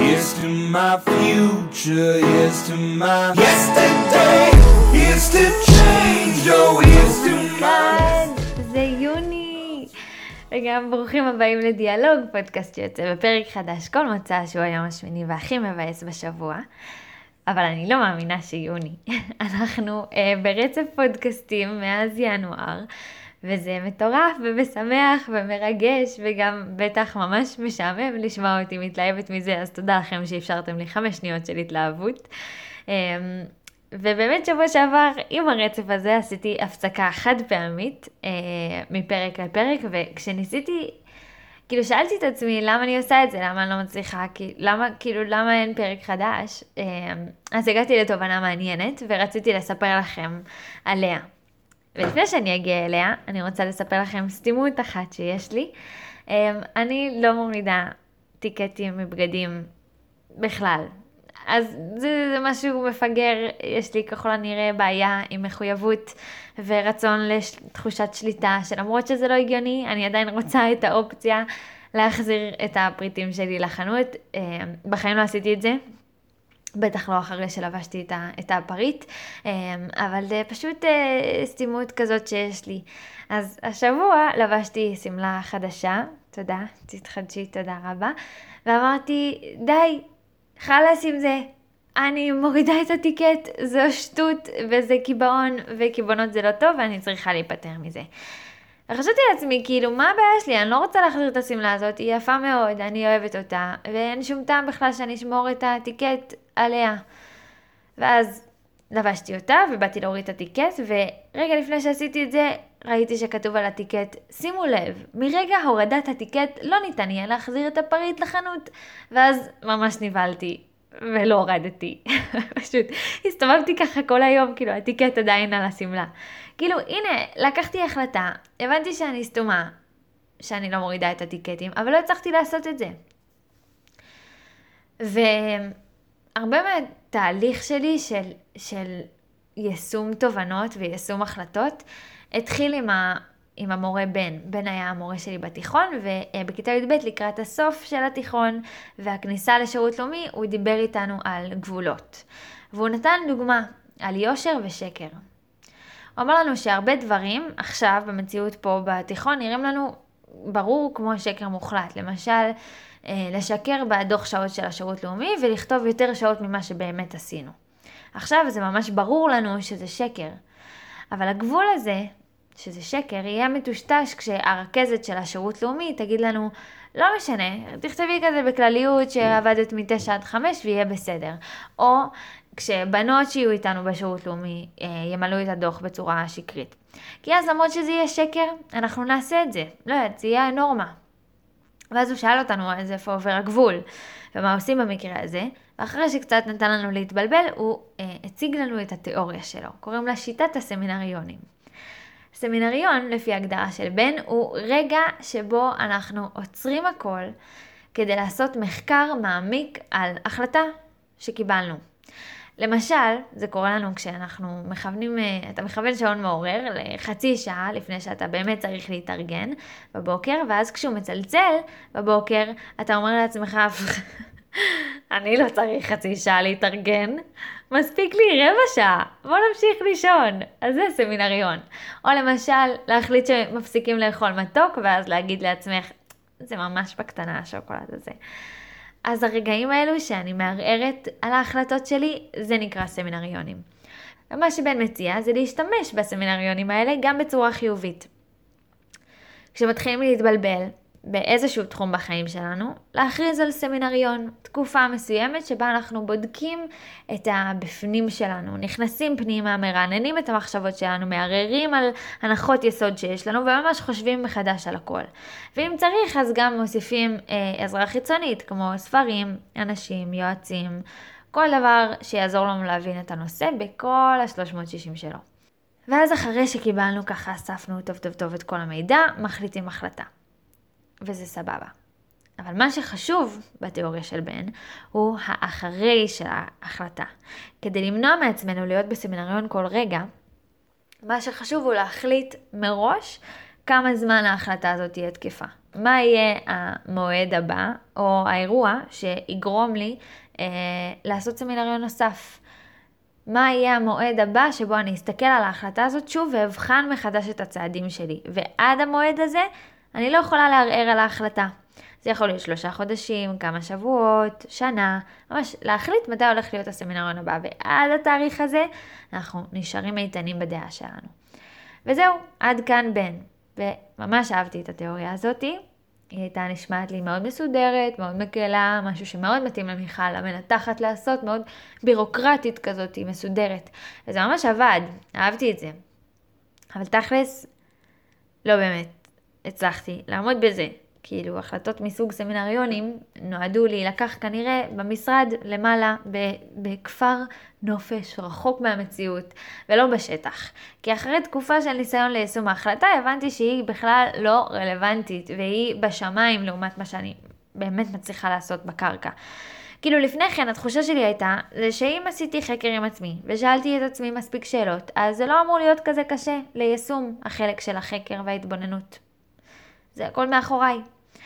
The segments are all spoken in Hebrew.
Here's to my future, here's to my yesterday, here's to change, oh here's to my... זה יוני! וגם ברוכים הבאים לדיאלוג, פודקאסט שיוצא בפרק חדש כל מוצא שהוא היום השמיני והכי מבאס בשבוע. אבל אני לא מאמינה שיוני. אנחנו ברצף פודקאסטים מאז ינואר, וזה מטורף ומשמח ומרגש, וגם בטח ממש משעמם לשמוע אותי מתלהבת מזה, אז תודה לכם שאפשרתם לי 5 שניות של התלהבות. ובאמת שבוע שעבר עם הרצף הזה עשיתי הפסקה חד פעמית מפרק לפרק, וכשניסיתי, כאילו שאלתי את עצמי למה אני עושה את זה, למה אני לא מצליחה, למה אין פרק חדש, אז הגעתי לתובנה מעניינת ורציתי לספר לכם עליה. ולפני שאני אגיע אליה, אני רוצה לספר לכם סתימות אחת שיש לי. אני לא מורידה טיקטים מבגדים בכלל. אז זה משהו מפגר, יש לי ככל הנראה בעיה עם מחויבות ורצון לתחושת שליטה, שלמרות שזה לא הגיוני, אני עדיין רוצה את האופציה להחזיר את הפריטים שלי לחנות. בחיים לא עשיתי את זה. בטח לא אחרי שלבשתי את הפריט, אבל זה פשוט סתימות כזאת שיש לי. אז השבוע לבשתי סמלה חדשה, תודה, תתחדשי, תודה רבה, ואמרתי, די, חלאס עם זה, אני מורידה את הטיקט, זו שטות וזה קיבעון, וקיבעונות זה לא טוב ואני צריכה להיפטר מזה. וחשבתי לעצמי, כאילו, מה הבעיה שלי? אני לא רוצה להחזיר את הסמלה הזאת, היא יפה מאוד, אני אוהבת אותה, ואין שום טעם בכלל שאני אשמור את הטיקט עליה. ואז לבשתי אותה ובאתי להוריד את הטיקט, ורגע לפני שעשיתי את זה, ראיתי שכתוב על הטיקט, שימו לב, מרגע הורדת הטיקט לא ניתן יהיה להחזיר את הפריט לחנות. ואז ממש נבלתי ולא הורדתי. פשוט הסתובבתי ככה כל היום, כאילו הטיקט עדיין על הסמלה. כאילו, הנה, לקחתי החלטה, הבנתי שאני סתומה, שאני לא מורידה את הטיקטים, אבל לא הצלחתי לעשות את זה. והרבה מהתהליך שלי של יישום תובנות ויישום החלטות, התחיל עם המורה בן. בן היה המורה שלי בתיכון, ובכיתה י"ב לקראת הסוף של התיכון, והכניסה לשירות לאומי, הוא דיבר איתנו על גבולות. והוא נתן דוגמה על יושר ושקר. הוא אמר לנו שהרבה דברים עכשיו במציאות פה בתיכון נראים לנו ברור כמו שקר מוחלט. למשל, לשקר בדוח שעות של השירות לאומי ולכתוב יותר שעות ממה שבאמת עשינו. עכשיו זה ממש ברור לנו שזה שקר. אבל הגבול הזה, שזה שקר, יהיה מטושטש כשהרכזת של השירות לאומי תגיד לנו, לא משנה, תכתבי כזה בכלליות שעבדת מ-9 עד 5 ויהיה בסדר. או כשבנות שיהיו איתנו בשירות לאומי ימלאו את הדוח בצורה שקרית. כי אז למרות שזה יהיה שקר, אנחנו נעשה את זה. לא יודעת, זה יהיה נורמה. ואז הוא שאל אותנו אז איפה עובר הגבול, ומה עושים במקרה הזה. ואחרי שקצת נתן לנו להתבלבל, הוא הציג לנו את התיאוריה שלו. קוראים לה שיטת הסמינריונים. סמינריון, לפי הגדרה של בן, הוא רגע שבו אנחנו עוצרים הכל כדי לעשות מחקר מעמיק על החלטה שקיבלנו. למשל, זה קורה לנו כשאנחנו מכוונים, אתה מכוון שעון מעורר לחצי שעה לפני שאתה באמת צריך להתארגן בבוקר, ואז כשהוא מצלצל בבוקר, אתה אומר לעצמך, אני לא צריך חצי שעה להתארגן, מספיק לי 15 שעה, בוא נמשיך לישון. אז זה סמינריון. או למשל, להחליט שמפסיקים לאכול מתוק, ואז להגיד לעצמך, זה ממש בקטנה השוקולד הזה. אז הרגעים האלו שאני מערערת על ההחלטות שלי, זה נקרא סמינריונים. ומה שבן מציע זה להשתמש בסמינריונים האלה גם בצורה חיובית. כשמתחילים להתבלבל באיזשהו תחום בחיים שלנו, להכריז על סמינריון, תקופה מסוימת שבה אנחנו בודקים את הבפנים שלנו, נכנסים פנימה, מרעננים את המחשבות שלנו, מערערים על הנחות יסוד שיש לנו, וממש חושבים מחדש על הכל. ואם צריך, אז גם מוסיפים עזרה חיצונית, כמו ספרים, אנשים, יועצים, כל דבר שיעזור לנו להבין את הנושא בכל ה-360 שלו. ואז אחרי שקיבלנו ככה, אספנו טוב את כל המידע, מחליטים החלטה. וזה סבבה. אבל מה שחשוב בתיאוריה של בן הוא האחרי של ההחלטה. כדי למנוע מעצמנו להיות בסמינריון כל רגע, מה שחשוב הוא להחליט מראש כמה זמן ההחלטה הזאת תהיה תקפה. מה יהיה המועד הבא, או האירוע שיגרום לי לעשות סמינריון נוסף. מה יהיה המועד הבא שבו אני אסתכל על ההחלטה הזאת שוב ואבחן מחדש את הצעדים שלי. ועד המועד הזה אני לא יכולה לערער על ההחלטה. זה יכול להיות 3 חודשים, כמה שבועות, שנה, ממש להחליט מתי הולך להיות הסמינריון הבא. ועד התאריך הזה אנחנו נשארים איתנים בדעה שלנו. וזהו, עד כאן בן. וממש אהבתי את התיאוריה הזאת. היא הייתה נשמעת לי מאוד מסודרת, מאוד מקלה, משהו שמאוד מתאים למיכל, המנתחת לעשות, מאוד בירוקרטית כזאת, מסודרת. וזה ממש עבד, אהבתי את זה. אבל תכלס, לא באמת הצלחתי לעמוד בזה. כאילו, החלטות מסוג סמינריונים נועדו לי לקח כנראה במשרד למעלה, בכפר נופש, רחוק מהמציאות, ולא בשטח. כי אחרי תקופה של ניסיון ליישום ההחלטה, הבנתי שהיא בכלל לא רלוונטית, והיא בשמיים לעומת מה שאני באמת מצליחה לעשות בקרקע. כאילו לפני כן התחושה שלי הייתה, זה שאם עשיתי חקר עם עצמי, ושאלתי את עצמי מספיק שאלות, אז זה לא אמור להיות כזה קשה ליישום החלק של החקר וההתבוננות. זה הכל מאחוריי.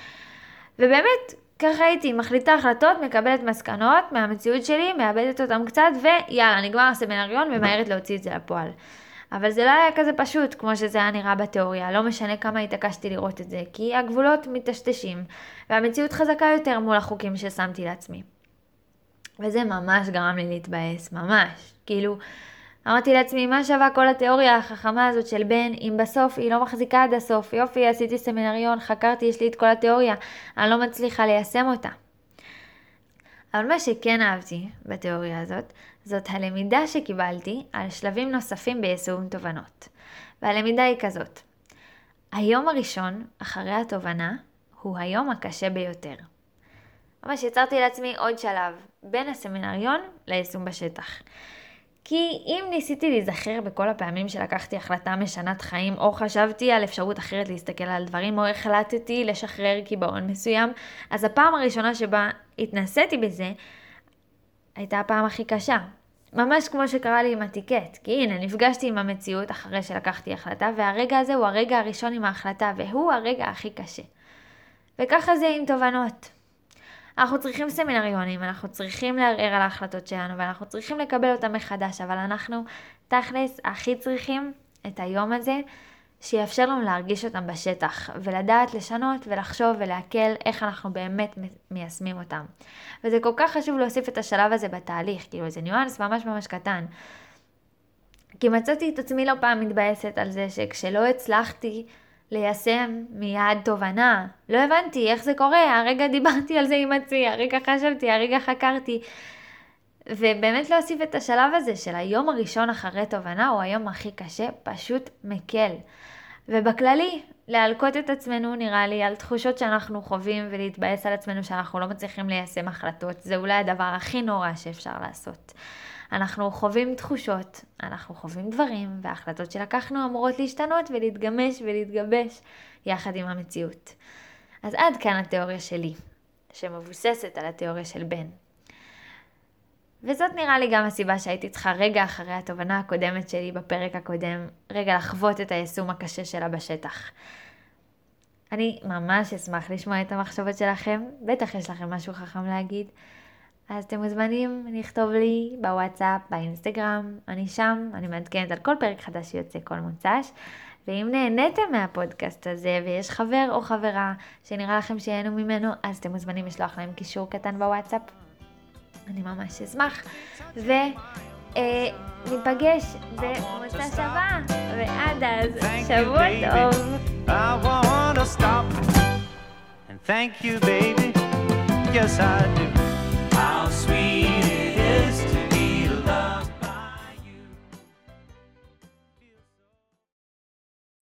ובאמת, ככה הייתי, מחליטה החלטות, מקבלת מסקנות מהמציאות שלי, מאבדת אותם קצת, ויאללה, נגמר הסמינריון ומהרת להוציא את זה לפועל. אבל זה לא היה כזה פשוט, כמו שזה היה נראה בתיאוריה, לא משנה כמה התעקשתי לראות את זה, כי הגבולות מטשטשים, והמציאות חזקה יותר מול החוקים ששמתי לעצמי. וזה ממש גרם לי להתבאס, ממש. כאילו, אמרתי לעצמי, מה שווה כל התיאוריה החכמה הזאת של בן, אם בסוף היא לא מחזיקה עד הסוף, יופי, עשיתי סמינריון, חקרתי, יש לי את כל התיאוריה, אני לא מצליחה ליישם אותה. אבל מה שכן אהבתי בתיאוריה הזאת, זאת הלמידה שקיבלתי על שלבים נוספים ביישום תובנות. והלמידה היא כזאת. היום הראשון אחרי התובנה הוא היום הקשה ביותר. ממש יצרתי לעצמי עוד שלב בין הסמינריון ליישום בשטח. כי אם ניסיתי להיזכר בכל הפעמים שלקחתי החלטה משנת חיים, או חשבתי על אפשרות אחרת להסתכל על דברים, או החלטתי לשחרר קיבעון מסוים, אז הפעם הראשונה שבה התנסיתי בזה, הייתה הפעם הכי קשה. ממש כמו שקרה לי עם הטיקט, כי הנה, נפגשתי עם המציאות אחרי שלקחתי החלטה, והרגע הזה הוא הרגע הראשון עם ההחלטה, והוא הרגע הכי קשה. וככה זה עם תובנות. אנחנו צריכים סמינריונים, אנחנו צריכים לערער על ההחלטות שלנו, ואנחנו צריכים לקבל אותם מחדש, אבל אנחנו תכלס הכי צריכים את היום הזה, שיאפשר לנו להרגיש אותם בשטח, ולדעת לשנות ולחשוב ולהקל איך אנחנו באמת מיישמים אותם. וזה כל כך חשוב להוסיף את השלב הזה בתהליך, כאילו זה ניואנס ממש ממש קטן. כי מצאתי את עצמי לא פעם מתבאסת על זה שכשלא הצלחתי ליישם מיד תובנה, לא הבנתי איך זה קורה, הרגע דיברתי על זה עם עצמי, הרגע חשבתי, הרגע חקרתי. ובאמת להוסיף את השלב הזה של היום הראשון אחרי תובנה, הוא היום הכי קשה, פשוט מקל. ובכללי, להלקות את עצמנו נראה לי על תחושות שאנחנו חווים ולהתבאס על עצמנו שאנחנו לא מצליחים ליישם החלטות. זה אולי הדבר הכי נורא שאפשר לעשות. אנחנו חווים תחושות, אנחנו חווים דברים, וההחלטות שלקחנו אמורות להשתנות ולהתגמש ולהתגבש יחד עם המציאות. אז עד כאן התיאוריה שלי, שמבוססת על התיאוריה של בן. וזאת נראה לי גם הסיבה שהייתי צריכה רגע אחרי התובנה הקודמת שלי בפרק הקודם, רגע לחוות את היישום הקשה שלה בשטח. אני ממש אשמח לשמוע את המחשבות שלכם, בטח יש לכם משהו חכם להגיד. אז אתם מוזמנים לכתוב לי בוואטסאפ, באינסטגרם, אני שם, אני מעדכנת על כל פרק חדש שיוצא כל מוצ"ש. ואם נהניתם מהפודקאסט הזה ויש חבר או חברה שנראה לכם שיהנו ממנו, אז אתם מוזמנים לשלוח להם קישור קטן בוואטסאפ. אני ממש אשמח. וניפגש במוצ"ש הבא, ועד אז שבוע טוב. I wanna stop and thank you, baby. Yes, I do.